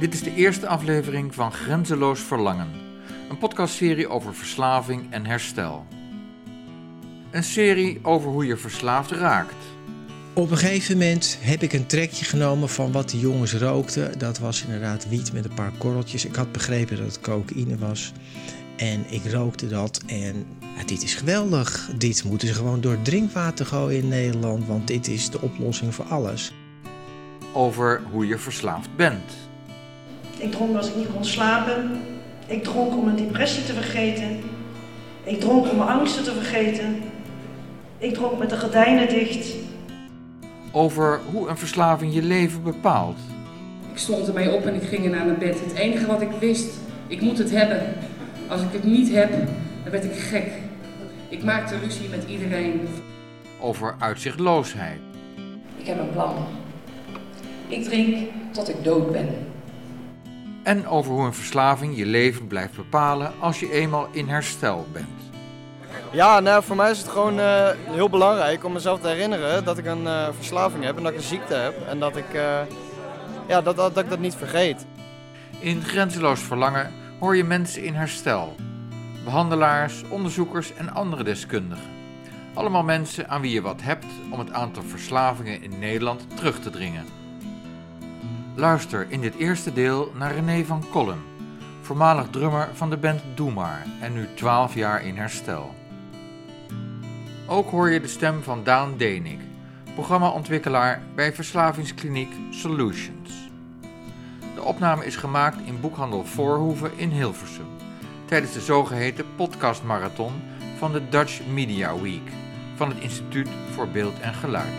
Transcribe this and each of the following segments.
Dit is de eerste aflevering van Grenzeloos Verlangen, een podcastserie over verslaving en herstel. Een serie over hoe je verslaafd raakt. Op een gegeven moment heb ik een trekje genomen van wat de jongens rookten. Dat was inderdaad wiet met een paar korreltjes. Ik had begrepen dat het cocaïne was. En ik rookte dat en dit is geweldig. Dit moeten ze gewoon door het drinkwater gooien in Nederland, want dit is de oplossing voor alles. Over hoe je verslaafd bent. Ik dronk als ik niet kon slapen. Ik dronk om een depressie te vergeten. Ik dronk om mijn angsten te vergeten. Ik dronk met de gordijnen dicht. Over hoe een verslaving je leven bepaalt. Ik stond ermee op en ik ging naar mijn bed. Het enige wat ik wist, ik moet het hebben. Als ik het niet heb, dan werd ik gek. Ik maakte ruzie met iedereen. Over uitzichtloosheid. Ik heb een plan. Ik drink tot ik dood ben. En over hoe een verslaving je leven blijft bepalen als je eenmaal in herstel bent. Ja, nou, voor mij is het gewoon heel belangrijk om mezelf te herinneren dat ik een verslaving heb en dat ik een ziekte heb. En dat ik, dat ik dat niet vergeet. In Grenzeloos Verlangen hoor je mensen in herstel. Behandelaars, onderzoekers en andere deskundigen. Allemaal mensen aan wie je wat hebt om het aantal verslavingen in Nederland terug te dringen. Luister in dit eerste deel naar René van Kolm, voormalig drummer van de band Doe Maar en nu 12 jaar in herstel. Ook hoor je de stem van Daan Denik, programmaontwikkelaar bij verslavingskliniek Solutions. De opname is gemaakt in boekhandel Voorhoeven in Hilversum, tijdens de zogeheten podcastmarathon van de Dutch Media Week van het Instituut voor Beeld en Geluid.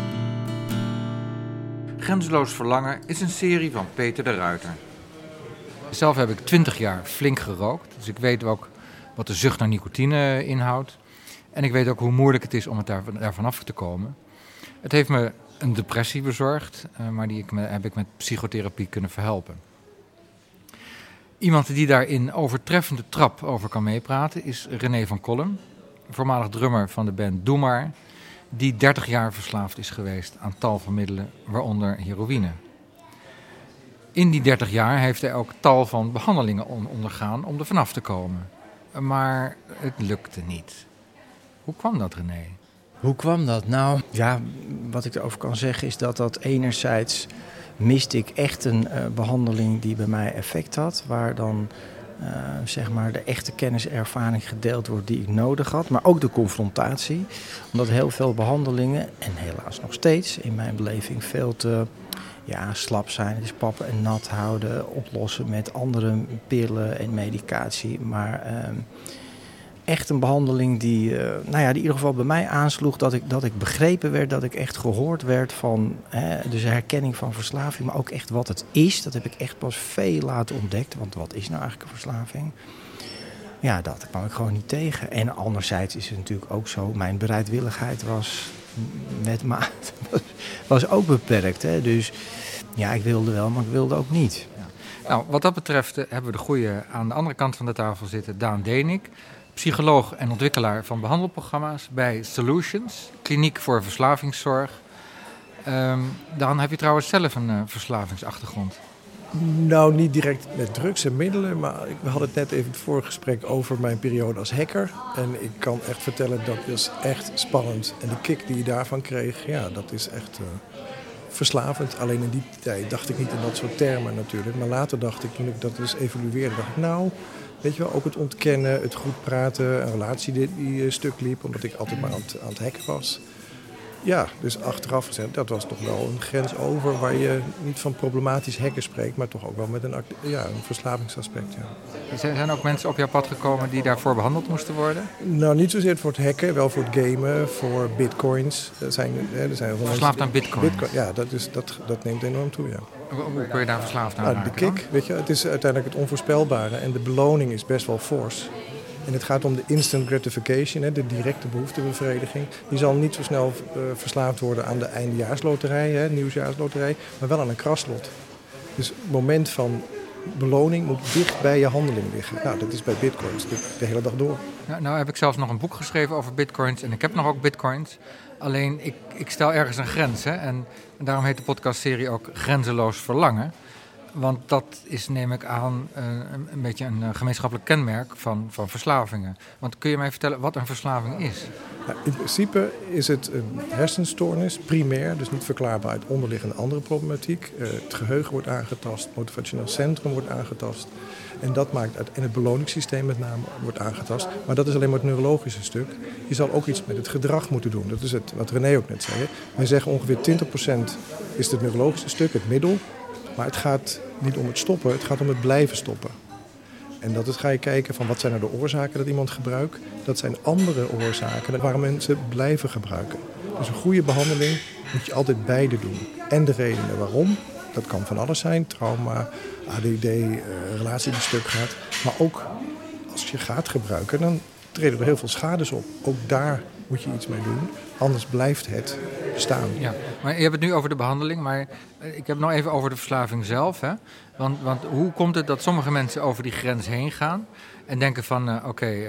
Grenzeloos Verlangen is een serie van Peter de Ruiter. Zelf heb ik 20 jaar flink gerookt, dus ik weet ook wat de zucht naar nicotine inhoudt. En ik weet ook hoe moeilijk het is om het daarvan af te komen. Het heeft me een depressie bezorgd, maar die heb ik met psychotherapie kunnen verhelpen. Iemand die daar in overtreffende trap over kan meepraten is René van Kolm, voormalig drummer van de band Doe Maar, die 30 jaar verslaafd is geweest aan tal van middelen, waaronder heroïne. In die 30 jaar heeft hij ook tal van behandelingen ondergaan om er vanaf te komen. Maar het lukte niet. Hoe kwam dat, René? Hoe kwam dat? Nou, ja, wat ik erover kan zeggen is dat enerzijds miste ik echt een behandeling die bij mij effect had, waar dan de echte kennis en ervaring gedeeld wordt die ik nodig had, maar ook de confrontatie. Omdat heel veel behandelingen, en helaas nog steeds in mijn beleving, veel te slap zijn. Het is pappen en nat houden, oplossen met andere pillen en medicatie. Maar echt een behandeling die in ieder geval bij mij aansloeg dat ik begrepen werd, dat ik echt gehoord werd van dus herkenning van verslaving, maar ook echt wat het is. Dat heb ik echt pas veel later ontdekt, want wat is nou eigenlijk een verslaving? Ja, dat kwam ik gewoon niet tegen. En anderzijds is het natuurlijk ook zo, mijn bereidwilligheid was ook beperkt. Hè? Dus ja, ik wilde wel, maar ik wilde ook niet. Ja. Nou, wat dat betreft hebben we de goeie aan de andere kant van de tafel zitten, Daan Denik, psycholoog en ontwikkelaar van behandelprogramma's bij Solutions, kliniek voor verslavingszorg. Dan heb je trouwens zelf een verslavingsachtergrond. Nou, niet direct met drugs en middelen, maar we hadden het net even in het vorige gesprek over mijn periode als hacker. En ik kan echt vertellen, dat was echt spannend. En de kick die je daarvan kreeg, ja, dat is echt verslavend. Alleen in die tijd dacht ik niet in dat soort termen natuurlijk. Maar later dacht ik, toen ik dat dus evalueerde, dacht ik, weet je wel, ook het ontkennen, het goed praten, een relatie die stuk liep, omdat ik altijd maar aan het hacken was. Ja, dus achteraf gezegd, dat was toch wel een grens over waar je niet van problematisch hacken spreekt, maar toch ook wel met een verslavingsaspect. Ja. Zijn ook mensen op jouw pad gekomen die daarvoor behandeld moesten worden? Nou, niet zozeer voor het hacken, wel voor het gamen, voor bitcoins. Er zijn verslaafd aan bitcoin? Ja, dat neemt enorm toe, ja. Hoe kun je daar verslaafd aan raken? De kick, weet je, het is uiteindelijk het onvoorspelbare en de beloning is best wel fors. En het gaat om de instant gratification, de directe behoeftebevrediging. Die zal niet zo snel verslaafd worden aan de eindejaarsloterij, nieuwsjaarsloterij, maar wel aan een kraslot. Dus het moment van beloning moet dicht bij je handeling liggen. Nou, dat is bij bitcoins de hele dag door. Nou heb ik zelfs nog een boek geschreven over bitcoins en ik heb nog ook bitcoins. Alleen ik stel ergens een grens, hè? En daarom heet de podcastserie ook Grenzeloos Verlangen. Want dat is, neem ik aan, een beetje een gemeenschappelijk kenmerk van verslavingen. Want kun je mij vertellen wat een verslaving is? Nou, in principe is het een hersenstoornis, primair, dus niet verklaarbaar uit onderliggende andere problematiek. Het geheugen wordt aangetast, het motivationeel centrum wordt aangetast. En dat maakt en het beloningssysteem met name wordt aangetast. Maar dat is alleen maar het neurologische stuk. Je zal ook iets met het gedrag moeten doen. Dat is wat René ook net zei. Hè. Wij zeggen ongeveer 20% is het neurologische stuk, het middel. Maar het gaat niet om het stoppen, het gaat om het blijven stoppen. En dat ga je kijken van wat zijn nou de oorzaken dat iemand gebruikt. Dat zijn andere oorzaken waarom mensen blijven gebruiken. Dus een goede behandeling moet je altijd beide doen. En de redenen waarom, dat kan van alles zijn. Trauma, ADD, relatie die stuk gaat. Maar ook als je gaat gebruiken, dan treden er heel veel schades op. Ook daar moet je iets mee doen. Anders blijft het staan. Ja, maar je hebt het nu over de behandeling, maar ik heb het nog even over de verslaving zelf. Hè? Want hoe komt het dat sommige mensen over die grens heen gaan en denken van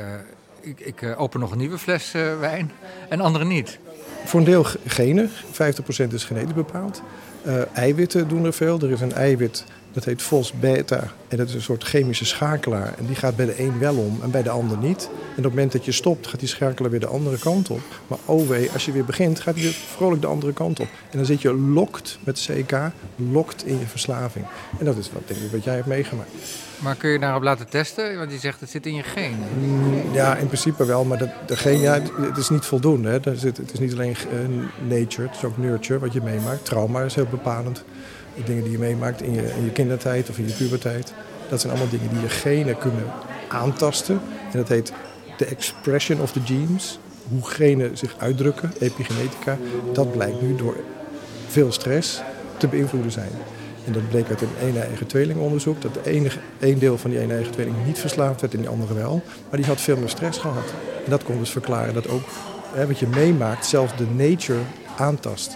ik open nog een nieuwe fles wijn en anderen niet? Voor een deel genen, 50% is genetisch bepaald. Eiwitten doen er veel. Er is een eiwit, dat heet FOS-beta. En dat is een soort chemische schakelaar. En die gaat bij de een wel om en bij de ander niet. En op het moment dat je stopt, gaat die schakelaar weer de andere kant op. Maar oh wee, als je weer begint, gaat die weer vrolijk de andere kant op. En dan zit je locked met CK, locked in je verslaving. En dat is wat jij hebt meegemaakt. Maar kun je daarop laten testen? Want je zegt het zit in je genen. Ja, in principe wel, maar het is niet voldoende. Hè. Het is niet alleen nature, het is ook nurture wat je meemaakt. Trauma is heel bepalend. De dingen die je meemaakt in je kindertijd of in je puberteit. Dat zijn allemaal dingen die je genen kunnen aantasten. En dat heet de expression of the genes. Hoe genen zich uitdrukken, epigenetica. Dat blijkt nu door veel stress te beïnvloeden zijn. En dat bleek uit een een-eigen tweelingonderzoek. Dat één deel van die een-eigen tweeling niet verslaafd werd en die andere wel. Maar die had veel meer stress gehad. En dat kon dus verklaren dat ook wat je meemaakt zelfs de nature aantast.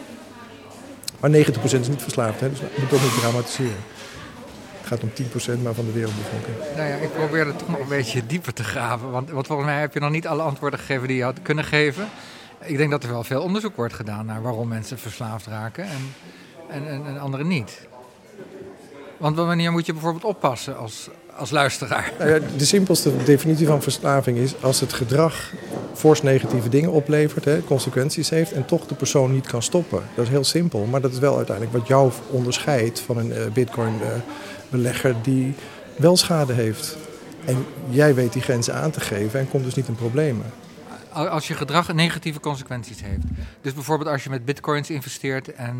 Maar 90% is niet verslaafd, hè? Dus je moet ook niet dramatiseren. Het gaat om 10% maar van de wereldbevolking. Nou ja, ik probeer het toch nog een beetje dieper te graven. Want volgens mij heb je nog niet alle antwoorden gegeven die je had kunnen geven. Ik denk dat er wel veel onderzoek wordt gedaan naar waarom mensen verslaafd raken en anderen niet. Want wanneer moet je bijvoorbeeld oppassen als luisteraar? Nou ja, de simpelste definitie van verslaving is als het gedrag fors negatieve dingen oplevert, consequenties heeft en toch de persoon niet kan stoppen. Dat is heel simpel, maar dat is wel uiteindelijk wat jou onderscheidt van een bitcoin-belegger die wel schade heeft. En jij weet die grenzen aan te geven en komt dus niet in problemen. Als je gedrag negatieve consequenties heeft. Dus bijvoorbeeld als je met bitcoins investeert en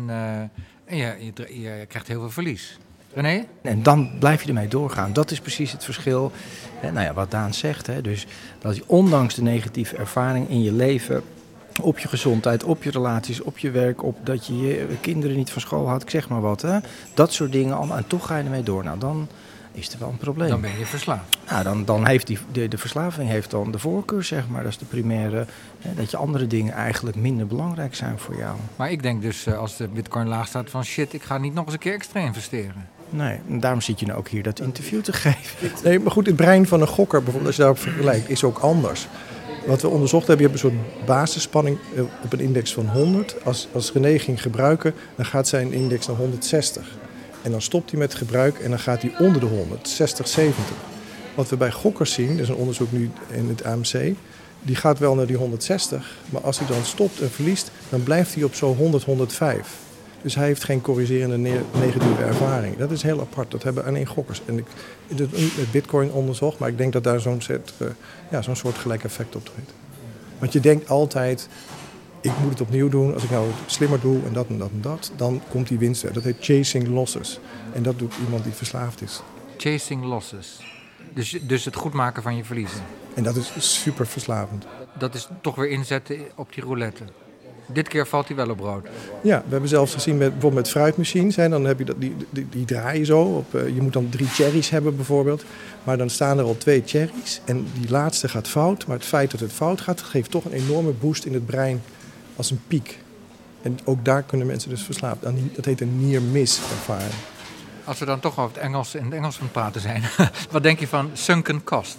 je krijgt heel veel verlies. René? En dan blijf je ermee doorgaan. Dat is precies het verschil. Wat Daan zegt. Dus dat je ondanks de negatieve ervaring in je leven, op je gezondheid, op je relaties, op je werk, op dat je je kinderen niet van school had, ik zeg maar wat. Dat soort dingen allemaal. En toch ga je ermee door. Nou, dan is er wel een probleem. Dan ben je verslaafd. Nou, dan heeft de verslaving heeft dan de voorkeur, zeg maar. Dat is de primaire, dat je andere dingen eigenlijk minder belangrijk zijn voor jou. Maar ik denk dus, als de bitcoin laag staat, van shit, ik ga niet nog eens een keer extra investeren. Nee, en daarom zit je nou ook hier dat interview te geven. Nee, maar goed, het brein van een gokker, bijvoorbeeld, als je daarop vergelijkt, is ook anders. Wat we onderzocht hebben, je hebt een soort basisspanning op een index van 100. Als René ging gebruiken, dan gaat zijn index naar 160. En dan stopt hij met gebruik en dan gaat hij onder de 100, 60, 70. Wat we bij gokkers zien, dat is een onderzoek nu in het AMC, die gaat wel naar die 160. Maar als hij dan stopt en verliest, dan blijft hij op zo'n 100, 105. Dus hij heeft geen corrigerende negatieve ervaring. Dat is heel apart. Dat hebben alleen gokkers. En ik heb het niet met bitcoin onderzocht, maar ik denk dat daar zo'n soort gelijk effect op treedt. Want je denkt altijd, ik moet het opnieuw doen. Als ik nou het slimmer doe en dat en dat en dat, dan komt die winst weer. Dat heet chasing losses. En dat doet iemand die verslaafd is. Chasing losses. Dus het goed maken van je verliezen. En dat is super verslavend. Dat is toch weer inzetten op die roulette. Dit keer valt hij wel op rood. Ja, we hebben zelfs gezien bijvoorbeeld met fruitmachines. Dan heb je die draaien zo. Je moet dan 3 cherries hebben bijvoorbeeld. Maar dan staan er al 2 cherries. En die laatste gaat fout. Maar het feit dat het fout gaat, geeft toch een enorme boost in het brein als een piek. En ook daar kunnen mensen dus verslaafd. Dat heet een near-miss ervaring. Als we dan toch over in het Engels van het praten zijn. Wat denk je van sunken cost?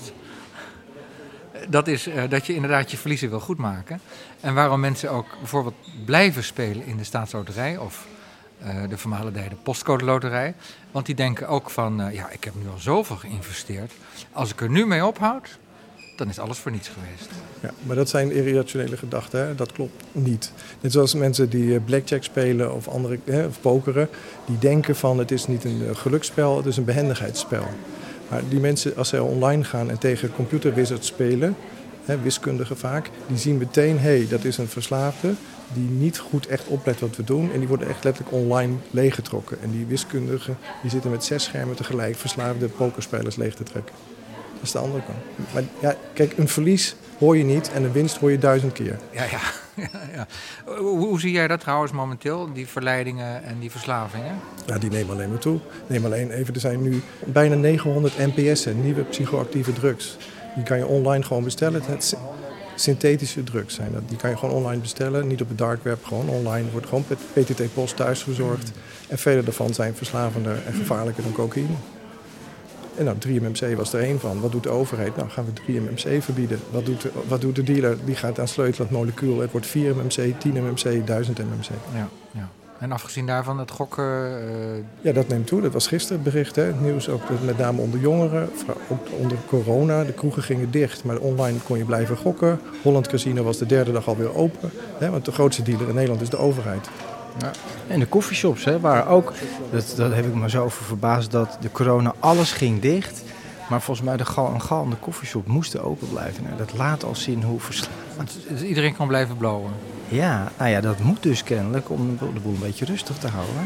Dat is dat je inderdaad je verliezen wil goedmaken. En waarom mensen ook bijvoorbeeld blijven spelen in de staatsloterij of de vermalendijde postcode loterij. Want die denken ook van, ik heb nu al zoveel geïnvesteerd. Als ik er nu mee ophoud, dan is alles voor niets geweest. Ja, maar dat zijn irrationele gedachten, hè? Dat klopt niet. Net zoals mensen die blackjack spelen of andere of pokeren, die denken van het is niet een geluksspel, het is een behendigheidsspel. Maar die mensen, als zij online gaan en tegen computerwizards spelen, wiskundigen vaak, die zien meteen, dat is een verslaafde die niet goed echt oplet wat we doen. En die worden echt letterlijk online leeggetrokken. En die wiskundigen die zitten met 6 schermen tegelijk verslaafde pokerspelers leeg te trekken. Dat is de andere kant. Maar ja, kijk, een verlies hoor je niet en een winst hoor je 1000 keer. Ja. Hoe zie jij dat trouwens momenteel, die verleidingen en die verslavingen? Ja, die nemen alleen maar toe. Neem alleen even, er zijn nu bijna 900 NPS'en, nieuwe psychoactieve drugs. Die kan je online gewoon bestellen. Het synthetische drugs zijn dat. Die kan je gewoon online bestellen, niet op het dark web, gewoon online. Wordt gewoon PTT-post thuis verzorgd. En vele daarvan zijn verslavender en gevaarlijker dan cocaïne. En nou, 3-MMC was er één van. Wat doet de overheid? Nou, gaan we 3-MMC verbieden. Wat doet de dealer? Die gaat aan sleutelen het molecuul. Het wordt 4-MMC, 10-MMC, 1000-MMC. Ja. En afgezien daarvan het gokken... Ja, dat neemt toe. Dat was gisteren het bericht. Hè. Het nieuws ook met name onder jongeren. Ook onder corona. De kroegen gingen dicht, maar online kon je blijven gokken. Holland Casino was de 3e dag alweer open. Hè, want de grootste dealer in Nederland is de overheid. Ja. En de coffeeshops waren ook, dat heb ik me zo over verbaasd, dat de corona alles ging dicht. Maar volgens mij een galende coffeeshop moest open blijven. Nou, dat laat al zien hoe verslaafd. Dus iedereen kan blijven blowen? Ja, nou ja, dat moet dus kennelijk om de boel een beetje rustig te houden.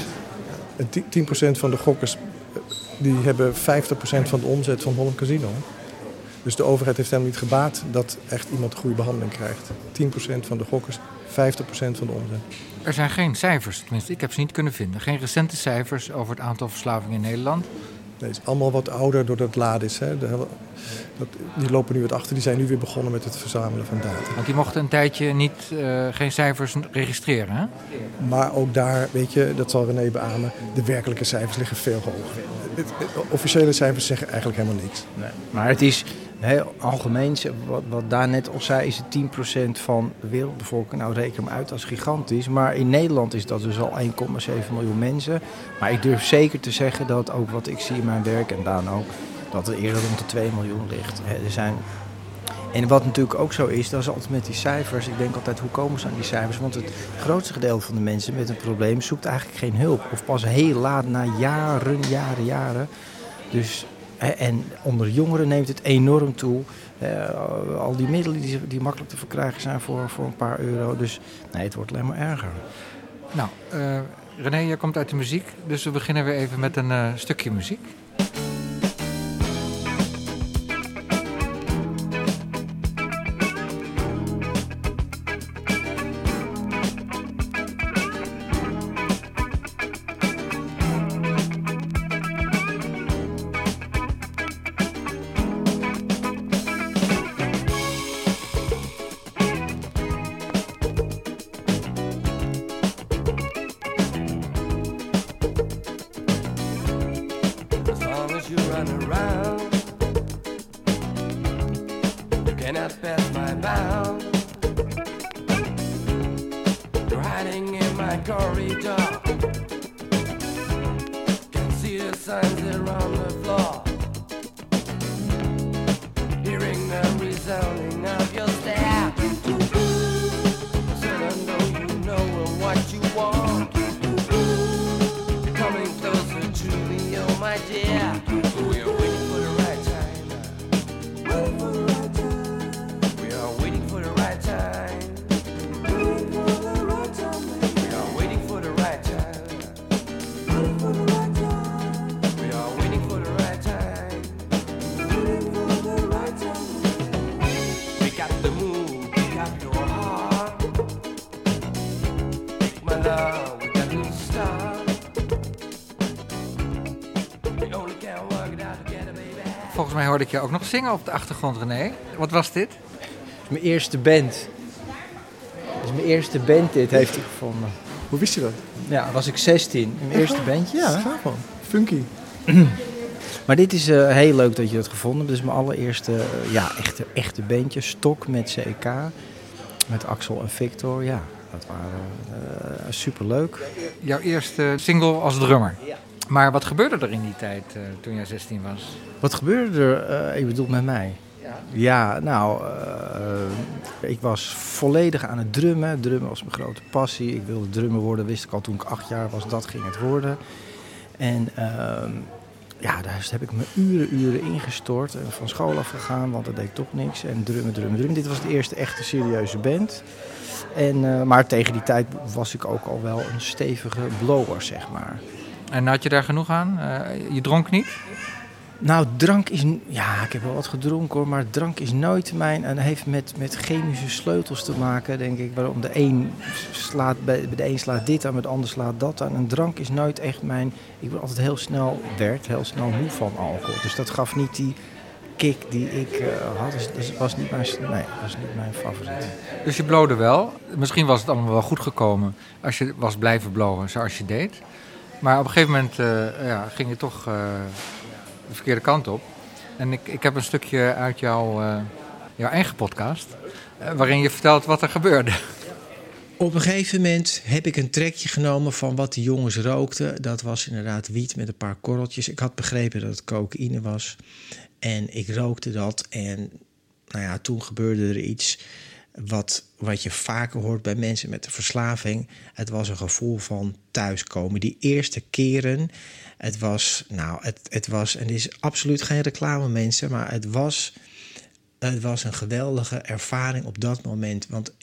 Dus... En 10% van de gokkers die hebben 50% van de omzet van Holland Casino. Dus de overheid heeft helemaal niet gebaat dat echt iemand een goede behandeling krijgt. 10% van de gokkers, 50% van de omzet. Er zijn geen cijfers, tenminste ik heb ze niet kunnen vinden. Geen recente cijfers over het aantal verslavingen in Nederland. Nee, het is allemaal wat ouder doordat het laat is. Hè. Die lopen nu wat achter, die zijn nu weer begonnen met het verzamelen van data. Want die mochten een tijdje geen cijfers registreren, hè? Maar ook daar, weet je, dat zal René beamen, de werkelijke cijfers liggen veel hoger. De officiële cijfers zeggen eigenlijk helemaal niks. Nee, maar het is heel algemeen, wat daar net al zei, is het 10% van de wereldbevolking. Nou, reken hem uit als gigantisch. Maar in Nederland is dat dus al 1,7 miljoen mensen. Maar ik durf zeker te zeggen dat ook wat ik zie in mijn werk en Daan ook, dat het eerder rond de 2 miljoen ligt. En wat natuurlijk ook zo is, dat is altijd met die cijfers. Ik denk altijd, hoe komen ze aan die cijfers? Want het grootste gedeelte van de mensen met een probleem zoekt eigenlijk geen hulp. Of pas heel laat, na jaren. Dus, en onder jongeren neemt het enorm toe. Al die middelen die makkelijk te verkrijgen zijn voor een paar euro. Dus nee, het wordt alleen maar erger. Nou, René, jij komt uit de muziek. Dus we beginnen weer even met een stukje muziek. Volgens mij hoorde ik je ook nog zingen op de achtergrond, René. Wat was dit? Het is mijn eerste band. Het is mijn eerste band, dit heeft hij gevonden. Hoe wist je dat? Ja, was ik 16. Mijn eerste bandje. Ja, gaaf man. Funky. Maar dit is heel leuk dat je dat gevonden hebt. Dit is mijn allereerste echte bandje. Stok met CK. Met Axel en Victor. Ja, dat waren superleuk. Jouw eerste single als drummer. Maar wat gebeurde er in die tijd toen jij 16 was? Wat gebeurde er, je bedoelt met mij? Ja, nou, ik was volledig aan het drummen. Drummen was mijn grote passie. Ik wilde drummer worden, wist ik al toen ik 8 jaar was, dat ging het worden. En daar heb ik me uren ingestort. En van school afgegaan, want dat deed ik toch niks. En drummen. Dit was de eerste echte serieuze band. Maar tegen die tijd was ik ook al wel een stevige blower, zeg maar. En had je daar genoeg aan? Je dronk niet? Nou, drank is... Ja, ik heb wel wat gedronken hoor, maar drank is nooit mijn... En heeft met chemische sleutels te maken, denk ik. Waarom de een slaat, bij de een slaat dit aan, bij de ander slaat dat aan. En drank is nooit echt mijn... Ik ben altijd heel snel moe van alcohol. Dus dat gaf niet die kick die ik had. Dus dat was niet mijn favoriet. Dus je blowde wel. Misschien was het allemaal wel goed gekomen als je was blijven blowen zoals je deed. Maar op een gegeven moment ging je toch de verkeerde kant op. En ik heb een stukje uit jouw eigen podcast, waarin je vertelt wat er gebeurde. Op een gegeven moment heb ik een trekje genomen van wat de jongens rookten. Dat was inderdaad wiet met een paar korreltjes. Ik had begrepen dat het cocaïne was. En ik rookte dat. En toen gebeurde er iets wat je vaker hoort bij mensen met de verslaving. Het was een gevoel van thuiskomen. Die eerste keren, het was, en dit is absoluut geen reclame mensen, maar het was een geweldige ervaring op dat moment. Want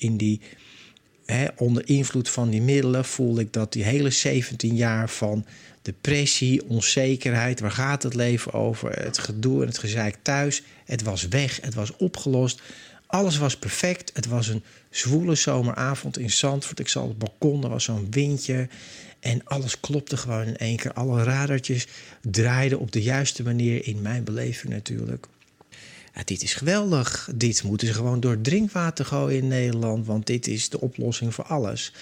onder invloed van die middelen voelde ik dat die hele 17 jaar van depressie, onzekerheid, waar gaat het leven over, het gedoe en het gezeik thuis, het was weg, het was opgelost. Alles was perfect. Het was een zwoele zomeravond in Zandvoort. Ik zat op het balkon, er was zo'n windje. En alles klopte gewoon in één keer. Alle radertjes draaiden op de juiste manier, in mijn beleving natuurlijk. Ja, dit is geweldig. Dit moeten ze gewoon door drinkwater gooien in Nederland. Want dit is de oplossing voor alles.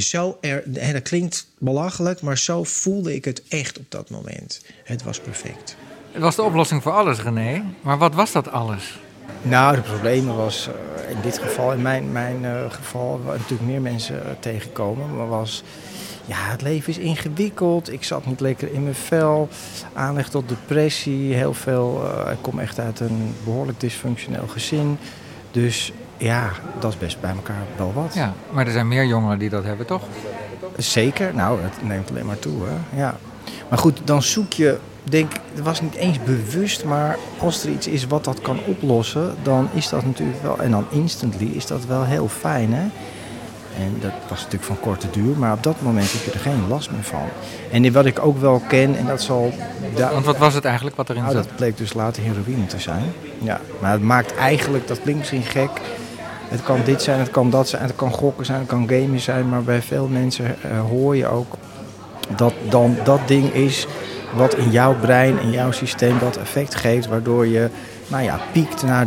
En dat klinkt belachelijk, maar zo voelde ik het echt op dat moment. Het was perfect. Het was de oplossing voor alles, René. Maar wat was dat alles? Nou, de problemen was in dit geval, in mijn geval, waar natuurlijk meer mensen tegenkomen, maar was, het leven is ingewikkeld. Ik zat niet lekker in mijn vel, aanleg tot depressie, heel veel. Ik kom echt uit een behoorlijk dysfunctioneel gezin. Dus dat is best bij elkaar wel wat. Ja, maar er zijn meer jongeren die dat hebben, toch? Zeker, het neemt alleen maar toe, hè. Ja. Maar goed, dan zoek je... Het was niet eens bewust, maar als er iets is wat dat kan oplossen, dan is dat natuurlijk wel, en dan instantly is dat wel heel fijn, hè. En dat was natuurlijk van korte duur, maar op dat moment heb je er geen last meer van. En wat ik ook wel ken, en dat zal... Want wat was het eigenlijk wat erin zat? Dat bleek dus later heroïne te zijn. Ja, maar het maakt eigenlijk, dat klinkt misschien gek, het kan dit zijn, het kan dat zijn, het kan gokken zijn, het kan gamen zijn, maar bij veel mensen hoor je ook dat dan dat ding is wat in jouw brein, in jouw systeem dat effect geeft, waardoor je piekt naar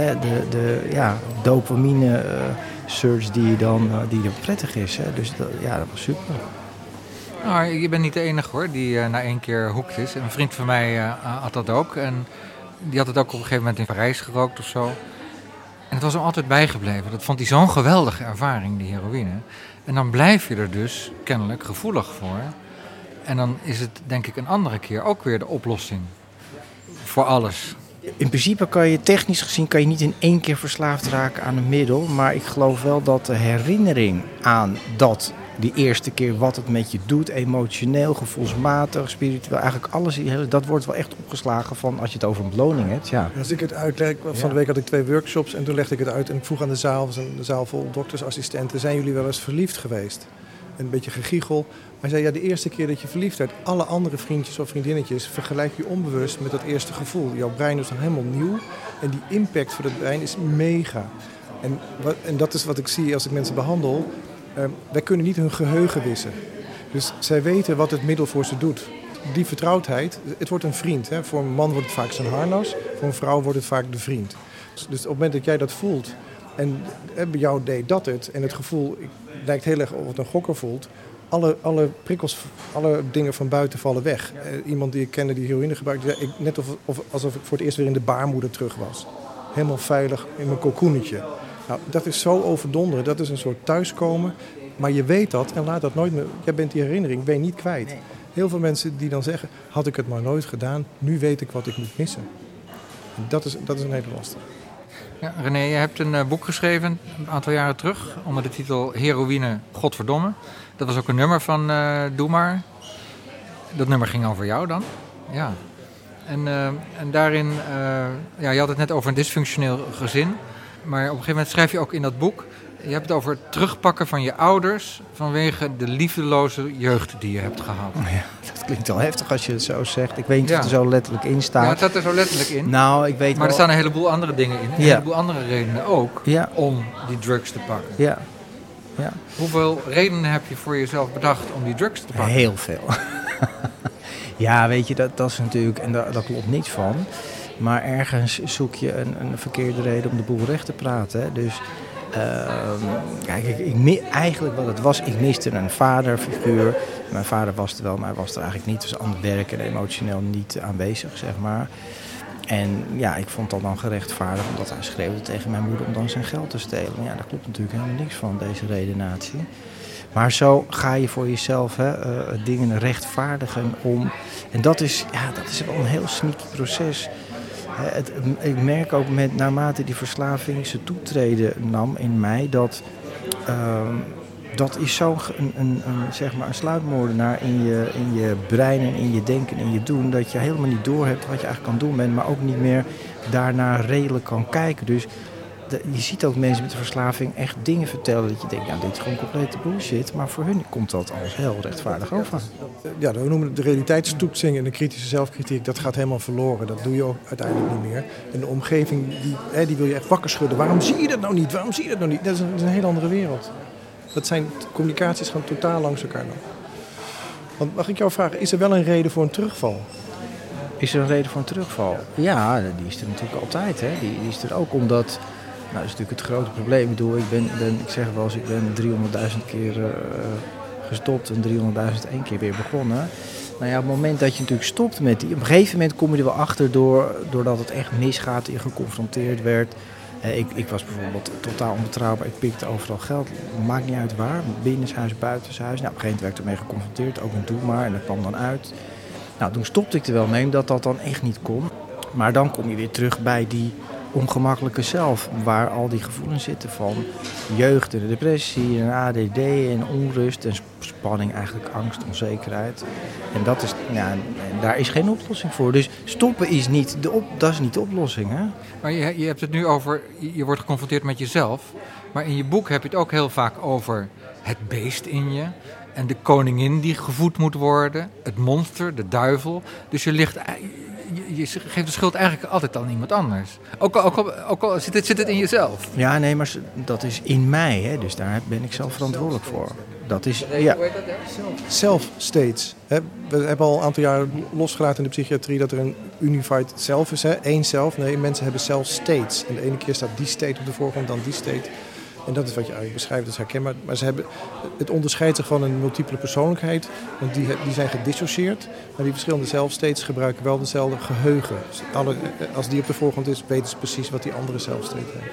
de dopamine surge die dan prettig is. Hè. Dus dat was super. Nou, je bent niet de enige hoor, die na 1 keer hoekt is. Een vriend van mij had dat ook. En die had het ook op een gegeven moment in Parijs gerookt of zo. En het was hem altijd bijgebleven. Dat vond hij zo'n geweldige ervaring, die heroïne. En dan blijf je er dus kennelijk gevoelig voor. En dan is het denk ik een andere keer ook weer de oplossing voor alles. In principe technisch gezien niet in 1 keer verslaafd raken aan een middel. Maar ik geloof wel dat de herinnering aan die eerste keer wat het met je doet, emotioneel, gevoelsmatig, spiritueel, eigenlijk alles, dat wordt wel echt opgeslagen van als je het over een beloning hebt. Ja. Als ik het uitleg, van de week had ik 2 workshops en toen legde ik het uit en ik vroeg aan de zaal, was een zaal vol doktersassistenten, zijn jullie wel eens verliefd geweest? Een beetje gegiegel. Maar hij zei, de eerste keer dat je verliefd werd, alle andere vriendjes of vriendinnetjes vergelijk je onbewust met dat eerste gevoel. Jouw brein is dan helemaal nieuw en die impact voor het brein is mega. En dat is wat ik zie als ik mensen behandel. Wij kunnen niet hun geheugen wissen. Dus zij weten wat het middel voor ze doet. Die vertrouwdheid, het wordt een vriend. Hè. Voor een man wordt het vaak zijn harnas, voor een vrouw wordt het vaak de vriend. Dus op het moment dat jij dat voelt en bij jou deed dat het en het gevoel lijkt heel erg of het een gokker voelt, alle prikkels, alle dingen van buiten vallen weg. Iemand die ik kende die heroïne gebruikte, zei, net alsof ik voor het eerst weer in de baarmoeder terug was. Helemaal veilig in mijn cocoonetje. Nou, dat is zo overdonderen, dat is een soort thuiskomen. Maar je weet dat en laat dat nooit meer... Jij bent die herinnering, ben je niet kwijt. Nee. Heel veel mensen die dan zeggen, had ik het maar nooit gedaan, nu weet ik wat ik moet missen. En dat is een hele lastige. Ja, René, je hebt een boek geschreven een aantal jaren terug onder de titel Heroïne, Godverdomme. Dat was ook een nummer van Doe Maar. Dat nummer ging over jou dan? Ja. En daarin, je had het net over een dysfunctioneel gezin. Maar op een gegeven moment schrijf je ook in dat boek... Je hebt het over het terugpakken van je ouders vanwege de liefdeloze jeugd die je hebt gehad. Ja, dat klinkt wel heftig als je het zo zegt. Ik weet niet of het er zo letterlijk in staat. Ja, het staat er zo letterlijk in. Nou, ik weet maar er staan een heleboel andere dingen in. Een heleboel andere redenen ook om die drugs te pakken. Ja. Hoeveel redenen heb je voor jezelf bedacht om die drugs te pakken? Heel veel. Ja, weet je, dat is natuurlijk... En daar klopt niets van. Maar ergens zoek je een verkeerde reden om de boel recht te praten. Hè. Dus... kijk, eigenlijk wat het was, ik miste een vaderfiguur. Mijn vader was er wel, maar hij was er eigenlijk niet. Dus aan het werk en emotioneel niet aanwezig, zeg maar. En ja, ik vond dat dan gerechtvaardigd, omdat hij schreeuwde tegen mijn moeder om dan zijn geld te stelen. Ja, daar klopt natuurlijk helemaal niks van, deze redenatie. Maar zo ga je voor jezelf dingen rechtvaardigen om... En dat is wel een heel sneaky proces... Ik merk ook naarmate die verslaving zijn toetreden nam in mij, dat is zo zeg maar een sluipmoordenaar in je brein en in je denken en in je doen, dat je helemaal niet doorhebt wat je eigenlijk kan doen bent, maar ook niet meer daarna redelijk kan kijken. Dus je ziet ook mensen met de verslaving echt dingen vertellen dat je denkt, nou, dit is gewoon complete bullshit, maar voor hun komt dat als heel rechtvaardig over. Ja, we noemen het de realiteitstoetsing en de kritische zelfkritiek, dat gaat helemaal verloren. Dat doe je ook uiteindelijk niet meer. En de omgeving, die wil je echt wakker schudden. Waarom zie je dat nou niet? Waarom zie je dat nou niet? Dat is een hele andere wereld. Communicaties gaan totaal langs elkaar dan. Want mag ik jou vragen, is er wel een reden voor een terugval? Is er een reden voor een terugval? Ja, die is er natuurlijk altijd. Hè. Die is er ook omdat... Nou, dat is natuurlijk het grote probleem. Ik bedoel, ik zeg wel eens, ik ben 300.000 keer gestopt en 300.001 keer weer begonnen. Nou ja, op het moment dat je natuurlijk stopt met die... Op een gegeven moment kom je er wel achter doordat het echt misgaat en je geconfronteerd werd. Ik was bijvoorbeeld totaal onbetrouwbaar. Ik pikte overal geld. Maakt niet uit waar. Binnenshuis, buitenshuis. Nou, op een gegeven moment werd ik ermee geconfronteerd. Ook een doe maar. En dat kwam dan uit. Nou, toen stopte ik er wel mee omdat dat dan echt niet kon. Maar dan kom je weer terug bij die ongemakkelijke zelf. Waar al die gevoelens zitten van jeugd en depressie en ADD en onrust en spanning, eigenlijk angst, onzekerheid. En dat is, daar is geen oplossing voor. Dus stoppen is niet dat is niet de oplossing. Hè? Maar je hebt het nu over, je wordt geconfronteerd met jezelf. Maar in je boek heb je het ook heel vaak over het beest in je. En de koningin die gevoed moet worden. Het monster, de duivel. Dus je geeft de schuld eigenlijk altijd aan iemand anders. Ook al zit het in jezelf. Ja, nee, maar dat is in mij. Hè? Dus daar ben ik zelf verantwoordelijk voor. Dat is, ja. Self-states. We hebben al een aantal jaren losgelaten in de psychiatrie dat er een unified self is. Eén zelf. Nee, mensen hebben self-states. En de ene keer staat die state op de voorgrond, dan die state. En dat is wat je eigenlijk beschrijft, dat is herkenbaar. Maar het onderscheidt zich van een multiple persoonlijkheid. Want die zijn gedissocieerd. Maar die verschillende self-states gebruiken wel dezelfde geheugen. Dus als die op de voorgrond is, weten ze precies wat die andere self-state heeft.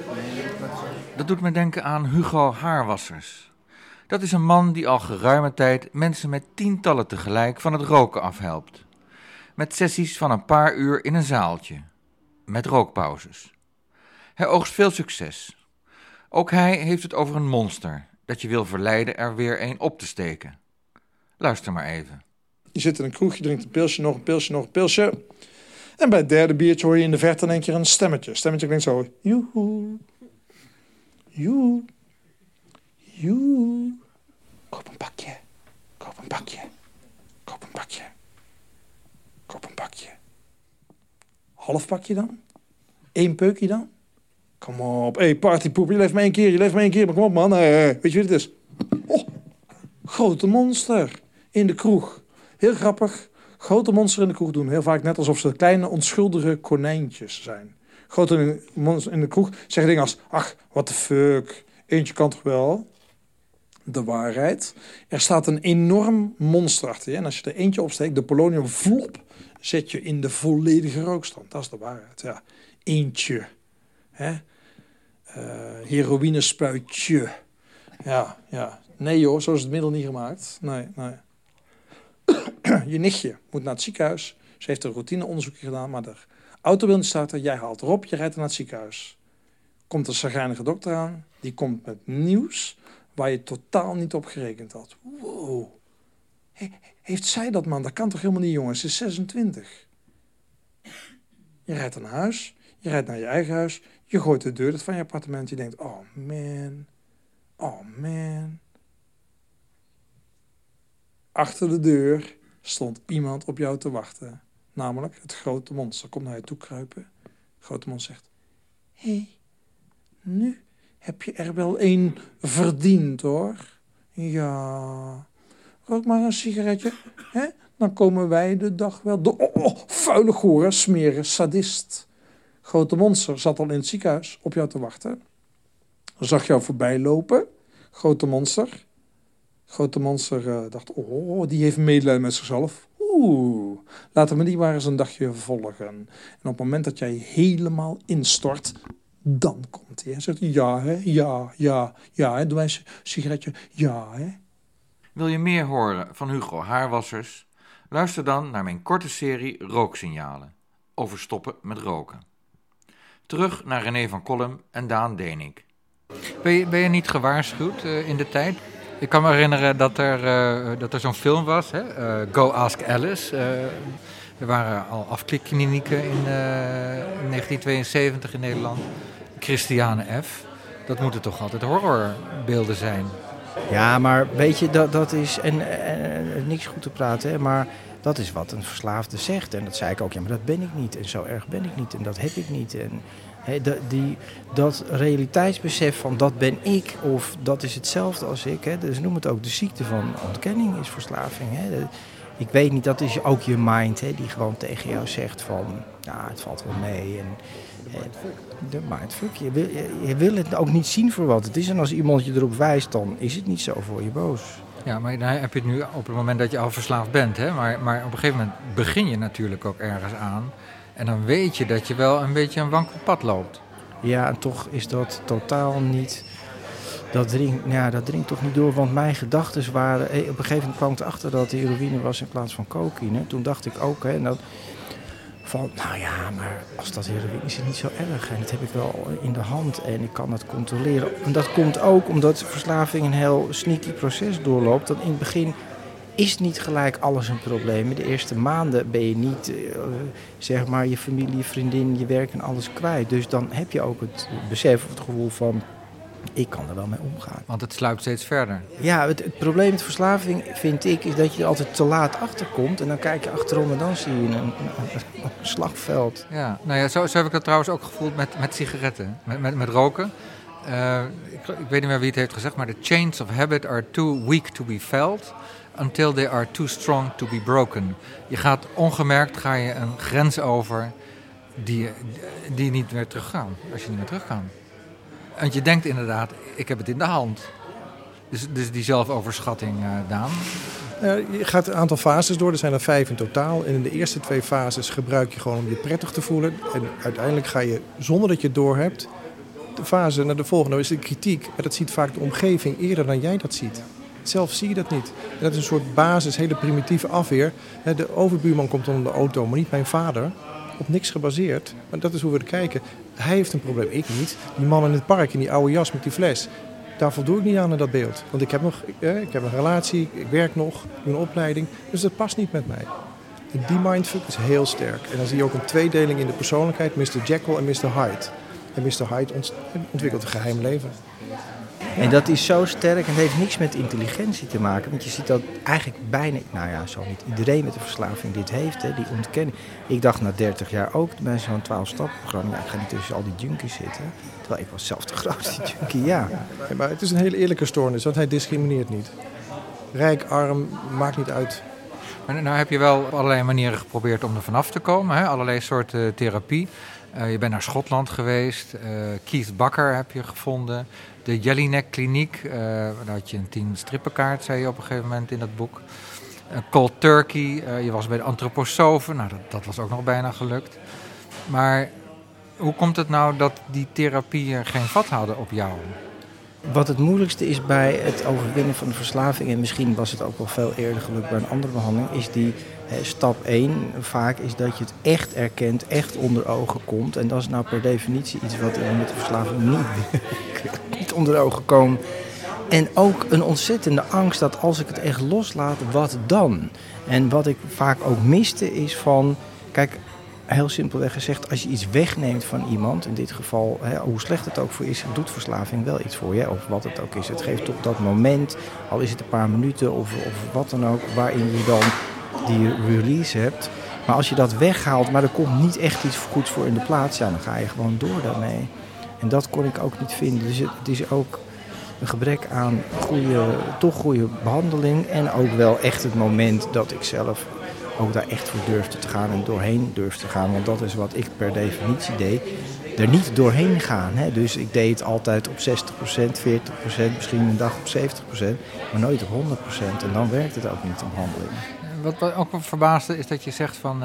Dat doet me denken aan Hugo Haarwassers. Dat is een man die al geruime tijd mensen met tientallen tegelijk van het roken afhelpt. Met sessies van een paar uur in een zaaltje. Met rookpauzes. Hij oogst veel succes. Ook hij heeft het over een monster dat je wil verleiden er weer een op te steken. Luister maar even. Je zit in een kroeg, je drinkt een pilsje, nog een pilsje, nog een pilsje. En bij het derde biertje hoor je in de verte in één keer een stemmetje. Stemmetje klinkt zo. Joehoe. Joe. Joe. Koop een pakje. Koop een pakje. Koop een pakje. Koop een pakje. Half pakje dan? 1 peukje dan? Kom op. Hé, partypoep. Je leeft maar 1 keer. Maar kom op, man. Weet je wie het is? Oh, grote monster. In de kroeg. Heel grappig. Grote monster in de kroeg doen. Heel vaak net alsof ze kleine, onschuldige konijntjes zijn. Grote monster in de kroeg zeggen dingen als... Ach, what the fuck. Eentje kan toch wel? De waarheid. Er staat een enorm monster achter je. En als je er eentje opsteekt, de polonium vlop, zet je in de volledige rookstand. Dat is de waarheid, ja. Eentje. Heroïnespuitje. Ja. Nee joh, zo is het middel niet gemaakt. Nee. Je nichtje moet naar het ziekenhuis. Ze heeft een routineonderzoekje gedaan, maar de auto wil niet starten. Jij haalt erop, je rijdt naar het ziekenhuis. Komt een chagrijnige dokter aan. Die komt met nieuws waar je totaal niet op gerekend had. Wow. Heeft zij dat, man? Dat kan toch helemaal niet, jongen? Ze is 26. Je rijdt naar huis. Je rijdt naar je eigen huis. Je gooit de deur uit van je appartement. Je denkt, oh man. Achter de deur stond iemand op jou te wachten. Namelijk het grote monster. Komt naar je toe kruipen. Het grote monster zegt, hé, nu heb je er wel één verdiend, hoor. Ja, rook maar een sigaretje, hè? Dan komen wij de dag wel door. Vuile gore, smerige sadist. Grote monster zat al in het ziekenhuis op jou te wachten. Zag jou voorbij lopen. Grote monster dacht, die heeft medelijden met zichzelf. Laten we die maar eens een dagje volgen. En op het moment dat jij helemaal instort, dan komt hij. Hij zegt, ja, hè, ja, hè, doe mij een sigaretje, ja, hè. Wil je meer horen van Hugo Haarwassers? Luister dan naar mijn korte serie Rooksignalen. Over stoppen met roken. Terug naar René van Kolm en Daan Denik. Ben je niet gewaarschuwd in de tijd? Ik kan me herinneren dat er zo'n film was, hè? Go Ask Alice. Er waren al afklikklinieken in 1972 in Nederland. Christiane F. Dat moeten toch altijd horrorbeelden zijn? Ja, maar weet je, dat is... En niks goed te praten, hè, maar dat is wat een verslaafde zegt. En dat zei ik ook, ja, maar dat ben ik niet. En zo erg ben ik niet. En dat heb ik niet. En dat realiteitsbesef van dat ben ik of dat is hetzelfde als ik. Hè, dus noem het ook de ziekte van ontkenning is verslaving. Hè. Ik weet niet, dat is ook je mind, hè, die gewoon tegen jou zegt van, ja, het valt wel mee. En de mindfuck. Je wil het ook niet zien voor wat het is. En als iemand je erop wijst, dan is het niet zo voor je boos. Ja, maar dan heb je het nu op het moment dat je al verslaafd bent. Hè? Maar op een gegeven moment begin je natuurlijk ook ergens aan. En dan weet je dat je wel een beetje een wankel pad loopt. Ja, en toch is dat totaal niet... Dat dringt toch niet door, want mijn gedachten waren... Op een gegeven moment kwam ik erachter dat het heroïne was in plaats van cocaïne. Toen dacht ik ook, hè, van, nou ja, maar als dat heroïne is het niet zo erg. En dat heb ik wel in de hand en ik kan dat controleren. En dat komt ook omdat verslaving een heel sneaky proces doorloopt. Dat in het begin is niet gelijk alles een probleem. De eerste maanden ben je niet, zeg maar, je familie, je vriendin, je werk en alles kwijt. Dus dan heb je ook het besef of het gevoel van, ik kan er wel mee omgaan. Want het sluipt steeds verder. Ja, het probleem met verslaving, vind ik, is dat je er altijd te laat achterkomt. En dan kijk je achterom en dan zie je een slagveld. Ja, nou ja, zo heb ik dat trouwens ook gevoeld met sigaretten, met roken. Ik weet niet meer wie het heeft gezegd, maar the chains of habit are too weak to be felt until they are too strong to be broken. Je gaat ongemerkt een grens over die niet meer teruggaan, als je niet meer terug kan. Want je denkt inderdaad, ik heb het in de hand. Dus die zelfoverschatting, Daan. Je gaat een aantal fases door, er zijn er 5 in totaal. En in de eerste 2 fases gebruik je gewoon om je prettig te voelen. En uiteindelijk ga je, zonder dat je het doorhebt, de fase naar de volgende is de kritiek. En dat ziet vaak de omgeving eerder dan jij dat ziet. Zelf zie je dat niet. En dat is een soort basis, hele primitieve afweer. De overbuurman komt dan in de auto, maar niet mijn vader. Op niks gebaseerd. Maar dat is hoe we er kijken. Hij heeft een probleem, ik niet. Die man in het park in die oude jas met die fles. Daar voldoe ik niet aan in dat beeld. Want ik heb een relatie, ik werk nog, ik doe een opleiding. Dus dat past niet met mij. En die mindfuck is heel sterk. En dan zie je ook een tweedeling in de persoonlijkheid. Mr. Jekyll en Mr. Hyde. En Mr. Hyde ontwikkelt een geheim leven. En dat is zo sterk en het heeft niks met intelligentie te maken. Want je ziet dat eigenlijk bijna, nou ja, zo niet iedereen met een verslaving dit heeft, hè, die ontkenning. Ik dacht na 30 jaar ook bij zo'n 12-stappenprogramma, ja, ik ga niet tussen al die junkies zitten. Terwijl ik was zelf de grootste junkie, ja. Ja, maar het is een hele eerlijke stoornis, want hij discrimineert niet. Rijk, arm, maakt niet uit. Maar nou heb je wel op allerlei manieren geprobeerd om er vanaf te komen, hè? Allerlei soorten therapie. Je bent naar Schotland geweest, Keith Bakker heb je gevonden, de Jelinek Kliniek, daar had je een 10 strippenkaart, zei je op een gegeven moment in dat boek. Cold Turkey, je was bij de antroposofen, nou dat was ook nog bijna gelukt. Maar hoe komt het nou dat die therapieën geen vat hadden op jou? wat het moeilijkste is bij het overwinnen van de verslaving, en misschien was het ook wel veel eerder gelukt bij een andere behandeling, is die stap 1 vaak is dat je het echt erkent, echt onder ogen komt. En dat is nou per definitie iets wat met de verslaving niet onder ogen komt. En ook een ontzettende angst dat als ik het echt loslaat, wat dan? En wat ik vaak ook miste is van, kijk, heel simpelweg gezegd, als je iets wegneemt van iemand, in dit geval, hoe slecht het ook voor is, doet verslaving wel iets voor je, of wat het ook is. Het geeft op dat moment, al is het een paar minuten of wat dan ook, waarin je dan die release hebt. Maar als je dat weghaalt, maar er komt niet echt iets goeds voor in de plaats, ja, dan ga je gewoon door daarmee. En dat kon ik ook niet vinden. Dus het is ook een gebrek aan goede behandeling en ook wel echt het moment dat ik zelf ook daar echt voor durfde te gaan en doorheen durfde te gaan. Want dat is wat ik per definitie deed. Er niet doorheen gaan. Hè? Dus ik deed het altijd op 60%, 40%, misschien een dag op 70%, maar nooit op 100%. En dan werkt het ook niet, een behandeling. Wat ook wel verbaasde is dat je zegt van,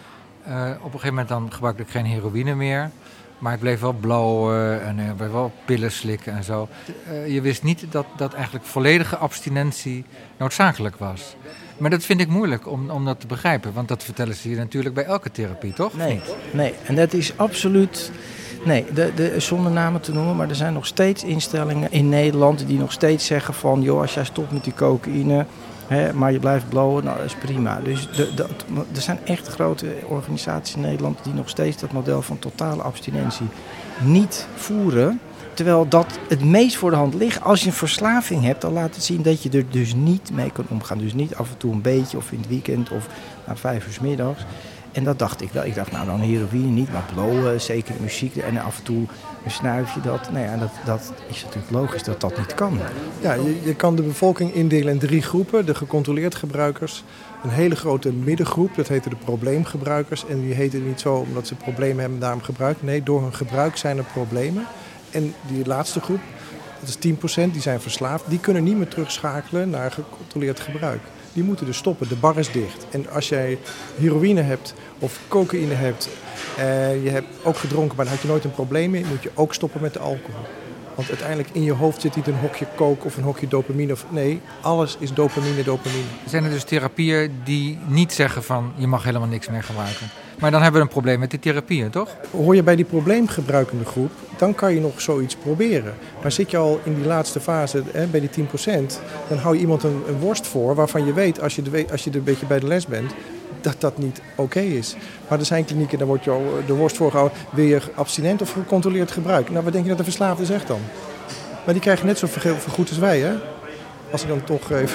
op een gegeven moment dan gebruikte ik geen heroïne meer. Maar ik bleef wel blowen en bleef wel pillen slikken en zo. Je wist niet dat eigenlijk volledige abstinentie noodzakelijk was. Maar dat vind ik moeilijk om dat te begrijpen. Want dat vertellen ze je natuurlijk bij elke therapie, toch? Nee. En dat is absoluut... Nee, zonder namen te noemen, maar er zijn nog steeds instellingen in Nederland die nog steeds zeggen van, joh, als jij stopt met die cocaïne, maar je blijft blowen, nou, dat is prima. Dus er zijn echt grote organisaties in Nederland die nog steeds dat model van totale abstinentie niet voeren. Terwijl dat het meest voor de hand ligt. Als je een verslaving hebt, dan laat het zien dat je er dus niet mee kan omgaan. Dus niet af en toe een beetje of in het weekend of na 5 uur 's middags. En dat dacht ik wel. Ik dacht, nou dan heroïne niet, maar blowen, zeker muziek. En af en toe een snuifje dat. Nou ja, dat is natuurlijk logisch dat dat niet kan. Ja, je kan de bevolking indelen in 3 groepen. De gecontroleerd gebruikers, een hele grote middengroep, dat heten de probleemgebruikers. En die heten niet zo omdat ze problemen hebben en daarom gebruiken. Nee, door hun gebruik zijn er problemen. En die laatste groep, dat is 10%, die zijn verslaafd. Die kunnen niet meer terugschakelen naar gecontroleerd gebruik. Die moeten dus stoppen, de bar is dicht. En als jij heroïne hebt of cocaïne hebt, je hebt ook gedronken, maar daar had je nooit een probleem mee, moet je ook stoppen met de alcohol. Want uiteindelijk in je hoofd zit niet een hokje coke of een hokje dopamine. Nee, alles is dopamine. Zijn er dus therapieën die niet zeggen van, je mag helemaal niks meer gebruiken? Maar dan hebben we een probleem met die therapieën, toch? Hoor je bij die probleemgebruikende groep, dan kan je nog zoiets proberen. Maar zit je al in die laatste fase, bij die 10%, dan hou je iemand een worst voor waarvan je weet, als je er een beetje bij de les bent, dat dat niet oké is. Maar er zijn klinieken, daar wordt je al de worst voorgehouden, wil je abstinent of gecontroleerd gebruik? Nou, wat denk je dat de verslaafde zegt dan? Maar die krijgen net zoveel vergoed als wij, hè? Als ik dan toch even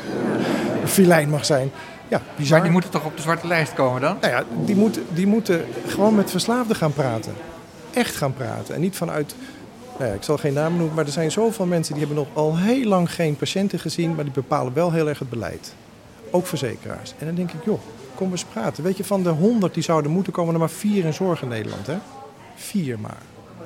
filijn mag zijn. Ja, bizar. Maar die moeten toch op de zwarte lijst komen dan? Nou ja, die moeten gewoon met verslaafden gaan praten. Echt gaan praten. En niet vanuit, nou ja, ik zal geen namen noemen, maar er zijn zoveel mensen die hebben nog al heel lang geen patiënten gezien, maar die bepalen wel heel erg het beleid. Ook verzekeraars. En dan denk ik, joh, kom eens praten. Weet je, van de 100 die zouden moeten komen, er maar 4 in zorg in Nederland, hè? 4 maar.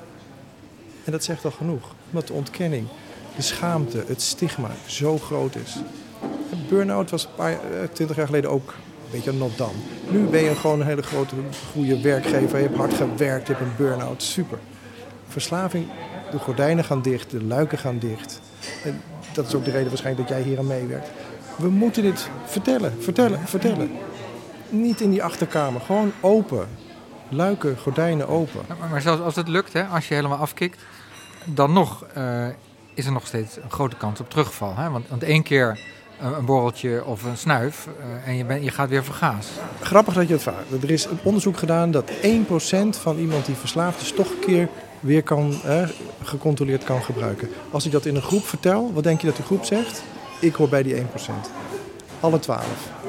En dat zegt al genoeg. Omdat de ontkenning, de schaamte, het stigma zo groot is. Burn-out was 20 jaar geleden ook een beetje not done. Nu ben je gewoon een hele grote, goede werkgever. Je hebt hard gewerkt, je hebt een burn-out. Super. Verslaving, de gordijnen gaan dicht, de luiken gaan dicht. En dat is ook de reden waarschijnlijk dat jij hier aan meewerkt. We moeten dit vertellen. Niet in die achterkamer, gewoon open. Luiken, gordijnen open. Maar zelfs als het lukt, hè, als je helemaal afkikt, dan nog is er nog steeds een grote kans op terugval. Hè? Want 1 keer een borreltje of een snuif en je gaat weer vergaas. Grappig dat je het vraagt. Er is een onderzoek gedaan dat 1% van iemand die verslaafd is toch een keer weer gecontroleerd kan gebruiken. Als ik dat in een groep vertel, wat denk je dat de groep zegt? Ik hoor bij die 1%. Alle 12.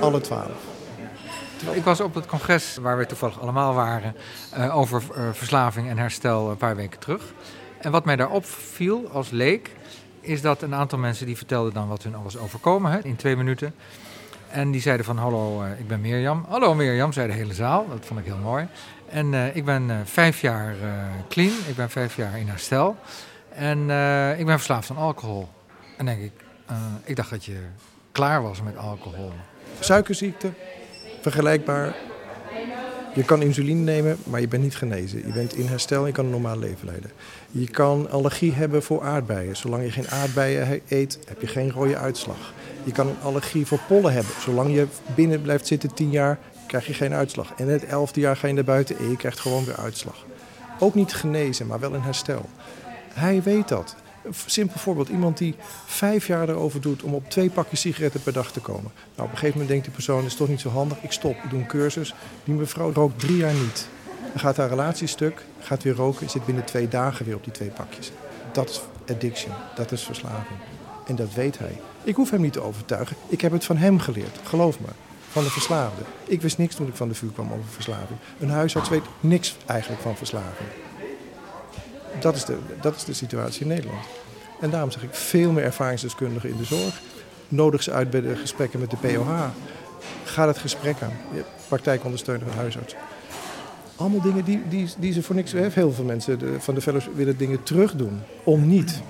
Ik was op het congres waar we toevallig allemaal waren over verslaving en herstel een paar weken terug. En wat mij daar opviel als leek, is dat een aantal mensen die vertelden dan wat hun al was overkomen, in 2 minuten. En die zeiden van, hallo, ik ben Mirjam. Hallo Mirjam, zei de hele zaal. Dat vond ik heel mooi. En ik ben 5 jaar clean, ik ben 5 jaar in herstel. En ik ben verslaafd aan alcohol. En denk ik dacht dat je klaar was met alcohol. Suikerziekte, vergelijkbaar. Je kan insuline nemen, maar je bent niet genezen. Je bent in herstel en je kan een normaal leven leiden. Je kan allergie hebben voor aardbeien. Zolang je geen aardbeien eet, heb je geen rode uitslag. Je kan een allergie voor pollen hebben. Zolang je binnen blijft zitten 10 jaar, krijg je geen uitslag. En in het 11e jaar ga je naar buiten en je krijgt gewoon weer uitslag. Ook niet genezen, maar wel in herstel. Hij weet dat. Een simpel voorbeeld. Iemand die 5 jaar erover doet om op 2 pakjes sigaretten per dag te komen. Nou, op een gegeven moment denkt die persoon, dat is toch niet zo handig. Ik stop, ik doe een cursus. Die mevrouw rookt 3 jaar niet. Dan gaat haar relatie stuk, gaat weer roken, zit binnen 2 dagen weer op die 2 pakjes. Dat is addiction, dat is verslaving. En dat weet hij. Ik hoef hem niet te overtuigen. Ik heb het van hem geleerd, geloof me. Van de verslaafde. Ik wist niks toen ik van de vuur kwam over verslaving. Een huisarts weet niks eigenlijk van verslaving. Dat is de situatie in Nederland. En daarom zeg ik veel meer ervaringsdeskundigen in de zorg. Nodig ze uit bij de gesprekken met de POH. Ga dat gesprek aan. Praktijkondersteuner en huisarts. Allemaal dingen die ze voor niks... Heel veel mensen van de fellows willen dingen terugdoen. Om niet.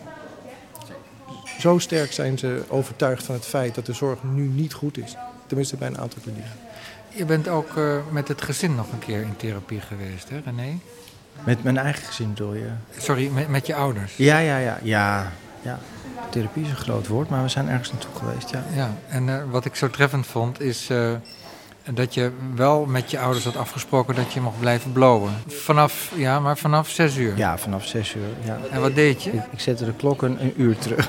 Zo sterk zijn ze overtuigd van het feit dat de zorg nu niet goed is. Tenminste bij een aantal klinieken. Je bent ook met het gezin nog een keer in therapie geweest, hè René? Met mijn eigen gezin bedoel je? Sorry, met je ouders? Ja. Therapie is een groot woord, maar we zijn ergens naartoe geweest, ja. Ja, en wat ik zo treffend vond is dat je wel met je ouders had afgesproken dat je mocht blijven blowen. Vanaf 6 uur? Ja, vanaf 6 uur, ja. En wat deed je? Ik zette de klokken een uur terug.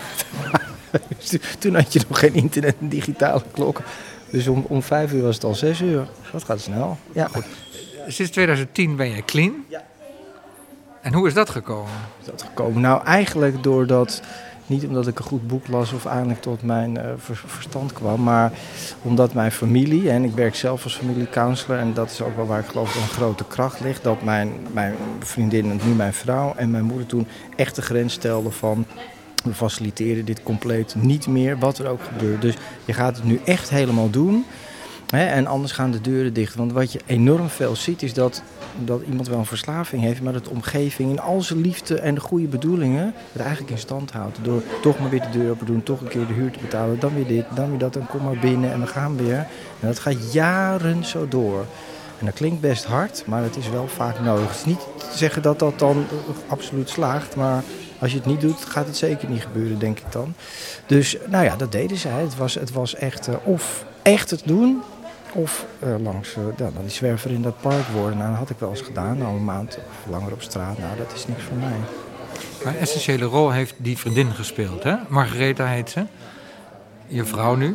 Toen had je nog geen internet en digitale klokken. Dus om 5 uur was het al 6 uur. Dat gaat snel. Ja. Goed. Sinds 2010 ben jij clean. Ja. En hoe is dat gekomen? Nou, eigenlijk doordat... Niet omdat ik een goed boek las of eindelijk tot mijn verstand kwam, maar omdat mijn familie, en ik werk zelf als familiecounselor, en dat is ook wel waar ik geloof dat een grote kracht ligt, dat mijn vriendin, en nu mijn vrouw en mijn moeder toen echt de grens stelden van, we faciliteren dit compleet niet meer, wat er ook gebeurt. Dus je gaat het nu echt helemaal doen. Hè, en anders gaan de deuren dicht. Want wat je enorm veel ziet is dat iemand wel een verslaving heeft, maar dat de omgeving in al zijn liefde en de goede bedoelingen het eigenlijk in stand houdt. Door toch maar weer de deur open doen, toch een keer de huur te betalen, dan weer dit, dan weer dat, dan kom maar binnen en we gaan weer. En dat gaat jaren zo door. En dat klinkt best hard, maar het is wel vaak nodig. Het is niet te zeggen dat dat dan absoluut slaagt, maar als je het niet doet, gaat het zeker niet gebeuren, denk ik dan. Dus, nou ja, dat deden zij. Het was echt of echt het doen, of langs dan die zwerver in dat park worden. Nou, dat had ik wel eens gedaan, al een maand of langer op straat. Nou, dat is niks voor mij. Maar een essentiële rol heeft die vriendin gespeeld, hè? Margaretha heet ze. Je vrouw nu.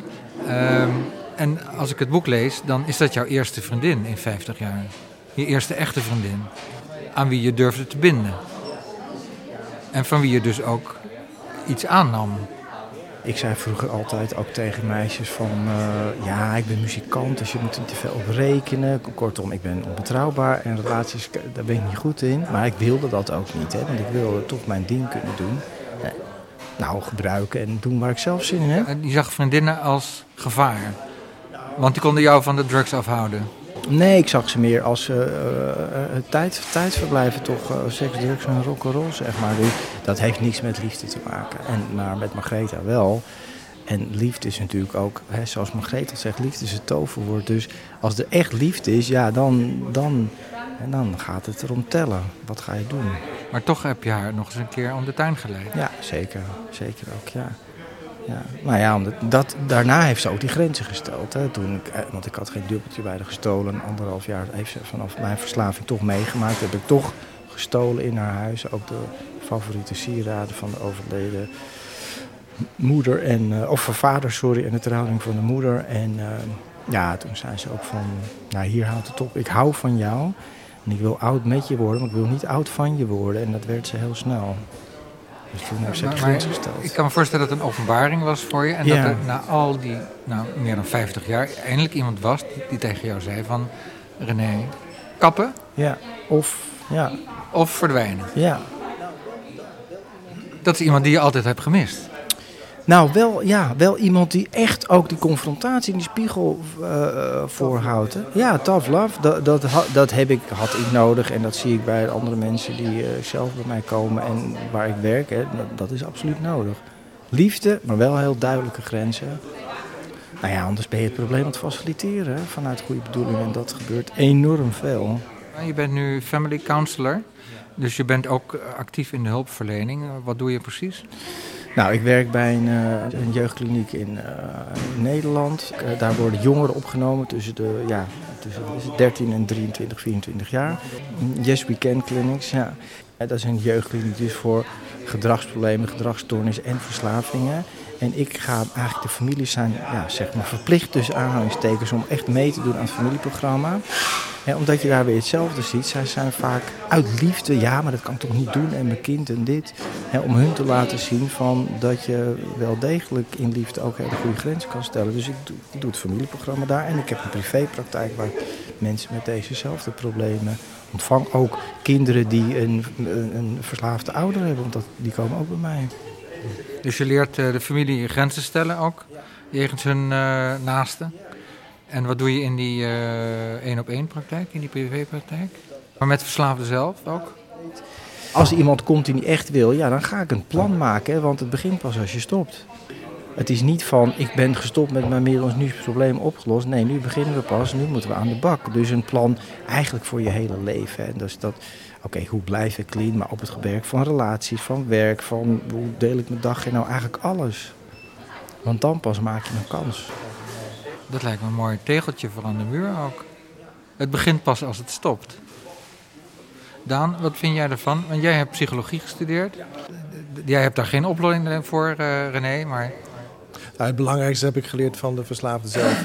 En als ik het boek lees, dan is dat jouw eerste vriendin in 50 jaar. Je eerste echte vriendin. Aan wie je durfde te binden. En van wie je dus ook iets aannam. Ik zei vroeger altijd ook tegen meisjes van, ik ben muzikant, dus je moet er niet te veel op rekenen. Kortom, ik ben onbetrouwbaar en relaties, daar ben ik niet goed in. Maar ik wilde dat ook niet, hè, want ik wilde toch mijn ding kunnen doen. Gebruiken en doen waar ik zelf zin in heb. En je zag vriendinnen als gevaar, want die konden jou van de drugs afhouden. Nee, ik zag ze meer als tijdsverblijven toch, seks, drugs en rock'n'roll, zeg maar. Dus dat heeft niks met liefde te maken, maar met Margaretha wel. En liefde is natuurlijk ook, zoals Margaretha zegt, liefde is het toverwoord. Dus als er echt liefde is, ja, dan gaat het erom tellen. Wat ga je doen? Maar toch heb je haar nog eens een keer om de tuin geleid. Ja, zeker. Zeker ook, ja. Ja, nou ja, daarna heeft ze ook die grenzen gesteld. Hè. Want ik had geen dubbeltje bij haar gestolen. 1,5 jaar heeft ze vanaf mijn verslaving toch meegemaakt. Heb ik toch gestolen in haar huis. Ook de favoriete sieraden van de overleden moeder. Vader, en de trouwring van de moeder. En toen zei ze ook van, hier houdt het op. Ik hou van jou. En ik wil oud met je worden, maar ik wil niet oud van je worden. En dat werd ze heel snel. Dus toen heb ik grens gesteld. Ik kan me voorstellen dat het een openbaring was voor je. En dat er na al die, meer dan 50 jaar, eindelijk iemand was die tegen jou zei van, René, kappen? Ja, of verdwijnen. Ja. Dat is iemand die je altijd hebt gemist. Nou, wel iemand die echt ook die confrontatie in die spiegel voorhoudt. Hè? Ja, tough love, dat had ik nodig en dat zie ik bij andere mensen die zelf bij mij komen en waar ik werk. Hè, dat is absoluut nodig. Liefde, maar wel heel duidelijke grenzen. Nou ja, anders ben je het probleem aan het faciliteren hè, vanuit goede bedoelingen. En dat gebeurt enorm veel. Je bent nu family counselor, dus je bent ook actief in de hulpverlening. Wat doe je precies? Nou, ik werk bij een jeugdkliniek in Nederland. Daar worden jongeren opgenomen tussen de 13 en 23, 24 jaar. Yes We Can Clinics, ja. Dat is een jeugdkliniek dus voor gedragsproblemen, gedragsstoornissen en verslavingen. En ik ga eigenlijk, de families zijn verplicht tussen aanhalingstekens om echt mee te doen aan het familieprogramma. Omdat je daar weer hetzelfde ziet. Zij zijn vaak uit liefde, ja, maar dat kan ik toch niet doen en mijn kind en dit. Om hun te laten zien van dat je wel degelijk in liefde ook hele goede grenzen kan stellen. Dus ik doe het familieprogramma daar en ik heb een privépraktijk waar mensen met dezezelfde problemen ontvang. Ook kinderen die een verslaafde ouder hebben, want die komen ook bij mij. Dus je leert de familie grenzen stellen ook, jegens hun naasten. En wat doe je in die 1-op-1 praktijk, in die privépraktijk? Maar met verslaafden zelf ook? Als iemand komt die niet echt wil, ja, dan ga ik een plan maken. Hè, want het begint pas als je stopt. Het is niet van, ik ben gestopt met mijn middel, nu is het probleem opgelost. Nee, nu beginnen we pas, nu moeten we aan de bak. Dus een plan eigenlijk voor je hele leven. Hè. Dus dat, hoe blijf ik clean? Maar op het gebied van relaties, van werk, van hoe deel ik mijn dag in, nou eigenlijk alles. Want dan pas maak je een kans. Dat lijkt me een mooi tegeltje voor aan de muur ook. Het begint pas als het stopt. Daan, wat vind jij ervan? Want jij hebt psychologie gestudeerd. Jij hebt daar geen opleiding voor, René, maar... Nou, het belangrijkste heb ik geleerd van de verslaafde zelf.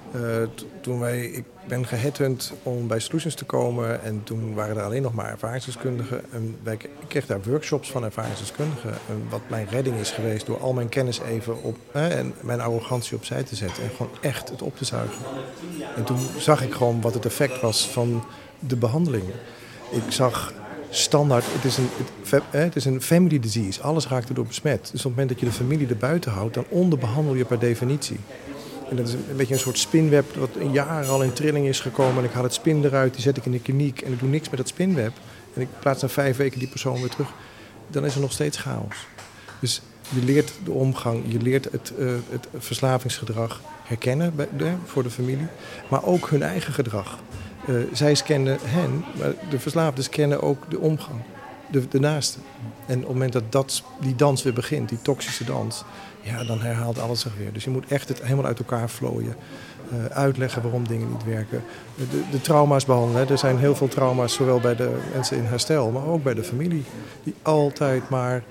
Ik ben geheadhunt om bij Solutions te komen en toen waren er alleen nog maar ervaringsdeskundigen. En ik kreeg daar workshops van ervaringsdeskundigen. En wat mijn redding is geweest door al mijn kennis even op en mijn arrogantie opzij te zetten en gewoon echt het op te zuigen. En toen zag ik gewoon wat het effect was van de behandelingen. Ik zag standaard, het is een family disease, alles raakt erdoor besmet. Dus op het moment dat je de familie erbuiten houdt, dan onderbehandel je per definitie. En dat is een beetje een soort spinweb wat een jaar al in trilling is gekomen. En ik haal het spin eruit, die zet ik in de kliniek en ik doe niks met dat spinweb. En ik plaats na 5 weken die persoon weer terug. Dan is er nog steeds chaos. Dus je leert de omgang, je leert het verslavingsgedrag herkennen voor de familie. Maar ook hun eigen gedrag. Zij scannen hen, maar de verslaafden scannen ook de omgang, de naaste. En op het moment dat die dans weer begint, die toxische dans, ja, dan herhaalt alles zich weer. Dus je moet echt het helemaal uit elkaar vlooien. Uitleggen waarom dingen niet werken. De trauma's behandelen. Er zijn heel veel trauma's, zowel bij de mensen in herstel, maar ook bij de familie. Die altijd maar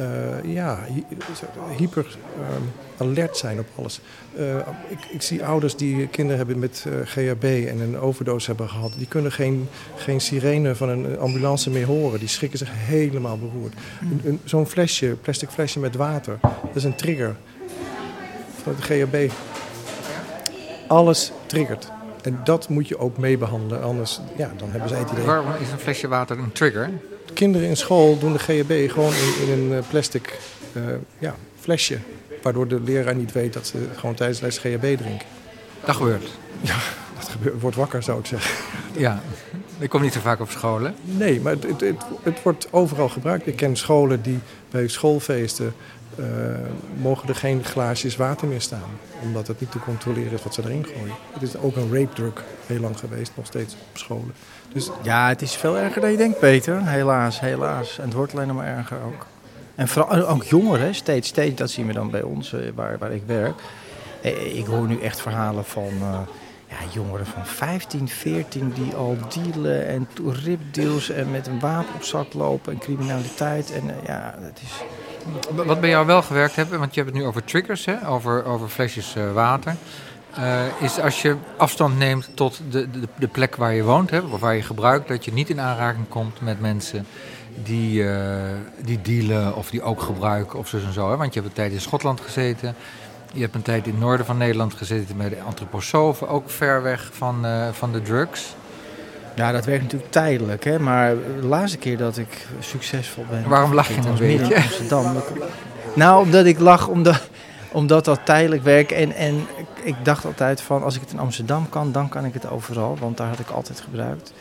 hyper alert zijn op alles. Ik zie ouders die kinderen hebben met GHB en een overdose hebben gehad. Die kunnen geen sirene van een ambulance meer horen. Die schrikken zich helemaal beroerd. Zo'n flesje, plastic flesje met water, dat is een trigger van het GHB. Alles triggert. En dat moet je ook mee behandelen. Anders, dan hebben zij het idee. Waarom is een flesje water een trigger? Kinderen in school doen de GHB gewoon in een plastic flesje. Waardoor de leraar niet weet dat ze gewoon tijdens les GHB drinken. Dat gebeurt. Ja, dat gebeurt. Wordt wakker, zou ik zeggen. Ja, ik kom niet zo vaak op scholen. Nee, maar het wordt overal gebruikt. Ik ken scholen die bij schoolfeesten mogen er geen glaasjes water meer staan. Omdat het niet te controleren is wat ze erin gooien. Het is ook een rape drug heel lang geweest, nog steeds op scholen. Dus... Ja, het is veel erger dan je denkt, Peter. Helaas. En het wordt alleen nog maar erger ook. En vooral ook jongeren, steeds, dat zien we dan bij ons, waar ik werk. Ik hoor nu echt verhalen van jongeren van 15, 14 die al dealen en ripdeals en met een wapen op zak lopen en criminaliteit. En dat is... Wat bij jou wel gewerkt hebt, want je hebt het nu over triggers, hè? Over flesjes water. Is als je afstand neemt tot de plek waar je woont, hè, of waar je gebruikt, dat je niet in aanraking komt met mensen die dealen of die ook gebruiken of zo en zo. Hè? Want je hebt een tijd in Schotland gezeten. Je hebt een tijd in het noorden van Nederland gezeten met de antroposofen, ook ver weg van de drugs. Ja, dat werkt natuurlijk tijdelijk, hè? Maar de laatste keer dat ik succesvol ben... Waarom lach je een beetje? In Amsterdam. Nou, omdat ik lach, omdat dat tijdelijk werkt. En ik dacht altijd van, als ik het in Amsterdam kan, dan kan ik het overal. Want daar had ik altijd gebruikt.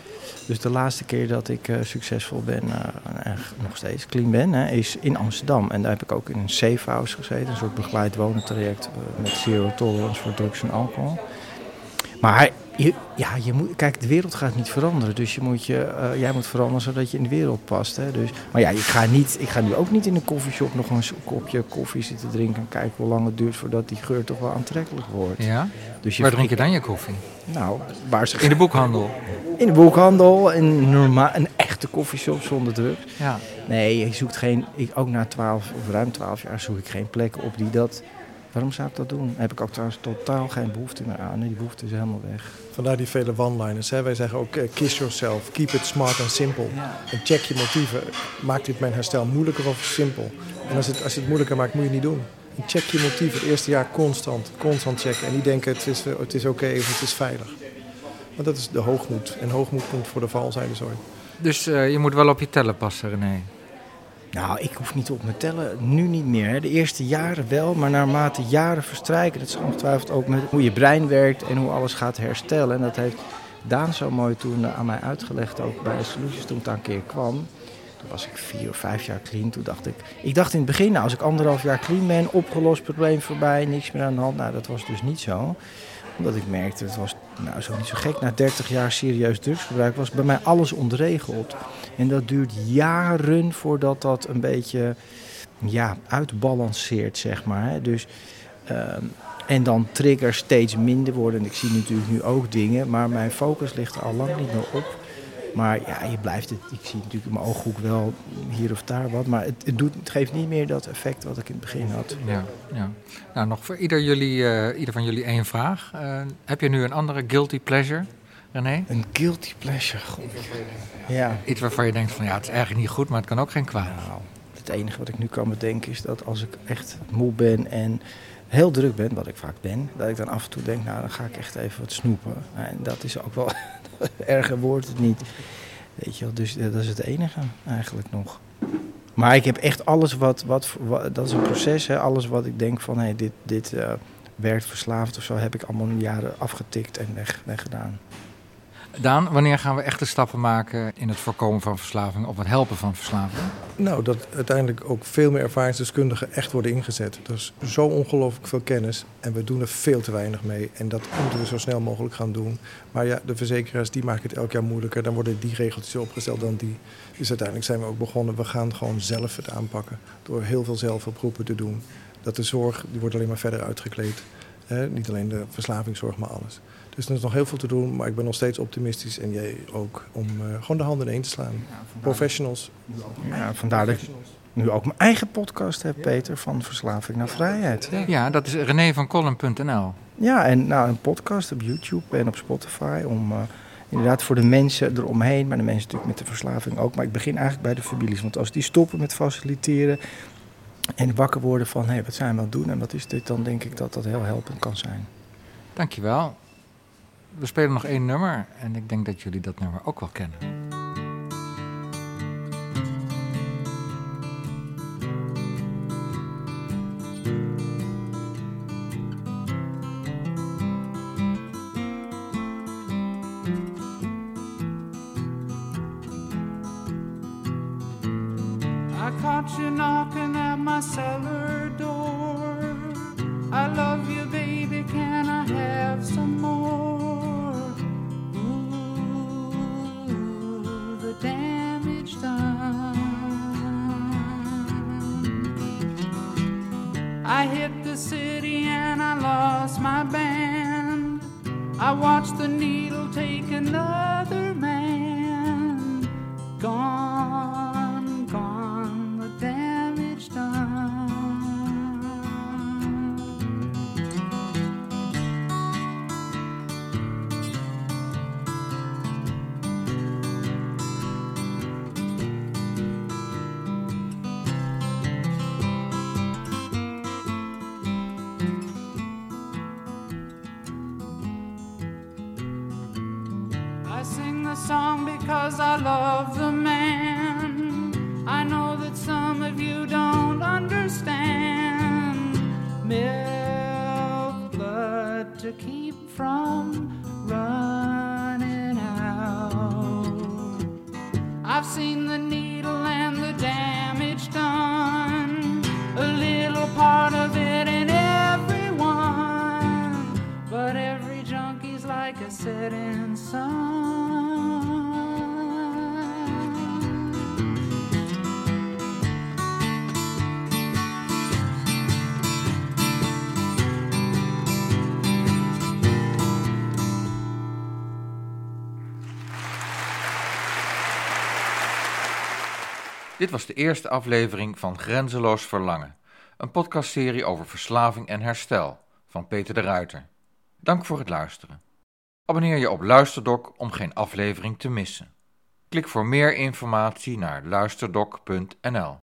Dus de laatste keer dat ik succesvol ben, nog steeds clean ben, is in Amsterdam. En daar heb ik ook in een safe house gezeten. Een soort begeleid wonen traject met zero tolerance voor drugs en alcohol. Maar je moet, kijk, de wereld gaat niet veranderen. Dus jij moet veranderen zodat je in de wereld past. Hè? Dus, maar ja, ik ga nu ook niet in een koffieshop nog een kopje koffie zitten drinken en kijken hoe lang het duurt voordat die geur toch wel aantrekkelijk wordt. Ja? Dus Waar drink je dan je koffie? Nou, in de boekhandel? In de boekhandel, een echte koffieshop zonder drugs. Ja. Nee, je zoekt ook na ruim 12 jaar zoek ik geen plekken op die dat... Waarom zou ik dat doen? Daar heb ik ook trouwens totaal geen behoefte meer aan. Die behoefte is helemaal weg. Vandaar die vele one-liners. Hè? Wij zeggen ook kiss yourself, keep it smart and simple. Ja. En check je motieven. Maakt dit mijn herstel moeilijker of simpel? En als het moeilijker maakt, moet je het niet doen. En check je motieven. Het eerste jaar constant checken. En niet denken het is oké of het is veilig. Want dat is de hoogmoed. En hoogmoed komt voor de val, zijn de zooi. Dus je moet wel op je tellen passen, René? Nou, ik hoef niet op me tellen, nu niet meer. Hè. De eerste jaren wel, maar naarmate jaren verstrijken... dat is ongetwijfeld ook met hoe je brein werkt en hoe alles gaat herstellen. En dat heeft Daan zo mooi toen aan mij uitgelegd, ook bij de Solutions toen het een keer kwam. Toen was ik 4 of 5 jaar clean. Toen dacht ik dacht in het begin, als ik 1,5 jaar clean ben... opgelost, probleem voorbij, niks meer aan de hand. Nou, dat was dus niet zo. Omdat ik merkte, het was zo niet zo gek. Na 30 jaar serieus drugsgebruik was bij mij alles ontregeld. En dat duurt jaren voordat dat een beetje uitbalanceert, zeg maar. Hè. Dus, en dan triggers steeds minder worden. En ik zie natuurlijk nu ook dingen, maar mijn focus ligt er al lang niet meer op. Maar ja, je blijft het. Ik zie natuurlijk in mijn ooghoek wel hier of daar wat. Maar het geeft niet meer dat effect wat ik in het begin had. Ja. Nou, nog voor ieder van jullie 1 vraag. Heb je nu een andere guilty pleasure, René? Een guilty pleasure, god. Ja. Iets waarvan je denkt van het is eigenlijk niet goed, maar het kan ook geen kwaad. Nou, het enige wat ik nu kan bedenken is dat als ik echt moe ben en heel druk ben, wat ik vaak ben, dat ik dan af en toe denk, dan ga ik echt even wat snoepen. En dat is ook wel, erger wordt het niet. Weet je wel, dus dat is het enige eigenlijk nog. Maar ik heb echt alles wat dat is een proces, hè, alles wat ik denk van, dit werkt verslavend of zo, heb ik allemaal jaren afgetikt en weggedaan. Daan, wanneer gaan we echte stappen maken in het voorkomen van verslaving of het helpen van verslaving? Nou, dat uiteindelijk ook veel meer ervaringsdeskundigen echt worden ingezet. Er is zo ongelooflijk veel kennis en we doen er veel te weinig mee. En dat moeten we zo snel mogelijk gaan doen. Maar ja, de verzekeraars die maken het elk jaar moeilijker. Dan worden die regeltjes opgesteld dan die. Dus uiteindelijk zijn we ook begonnen. We gaan gewoon zelf het aanpakken door heel veel zelfoproepen te doen. Dat de zorg, die wordt alleen maar verder uitgekleed. Niet alleen de verslavingszorg, maar alles. Dus er is nog heel veel te doen, maar ik ben nog steeds optimistisch. En jij ook, om gewoon de handen ineen te slaan. Ja, professionals. Ja, vandaar dat ik nu ook mijn eigen podcast heb, Peter, van Verslaving naar Vrijheid. Ja, dat is renévancolum.nl. Ja, en een podcast op YouTube en op Spotify om inderdaad voor de mensen eromheen, maar de mensen natuurlijk met de verslaving ook. Maar ik begin eigenlijk bij de families, want als die stoppen met faciliteren en wakker worden van, wat zijn we aan het doen en wat is dit, dan denk ik dat dat heel helpend kan zijn. Dankjewel. We spelen nog 1 nummer en ik denk dat jullie dat nummer ook wel kennen. I caught you knocking at my cellar door. I love you, baby, can I have some more? Ooh, the damage done. I hit the city and I lost my band. I watched the needle take another man. Gone, gone, the damage done. Song because I love the man. I know that some of you don't understand. Milk blood to keep from running out. Dit was de eerste aflevering van Grenzeloos Verlangen, een podcastserie over verslaving en herstel van Peter de Ruiter. Dank voor het luisteren. Abonneer je op Luisterdoc om geen aflevering te missen. Klik voor meer informatie naar luisterdoc.nl.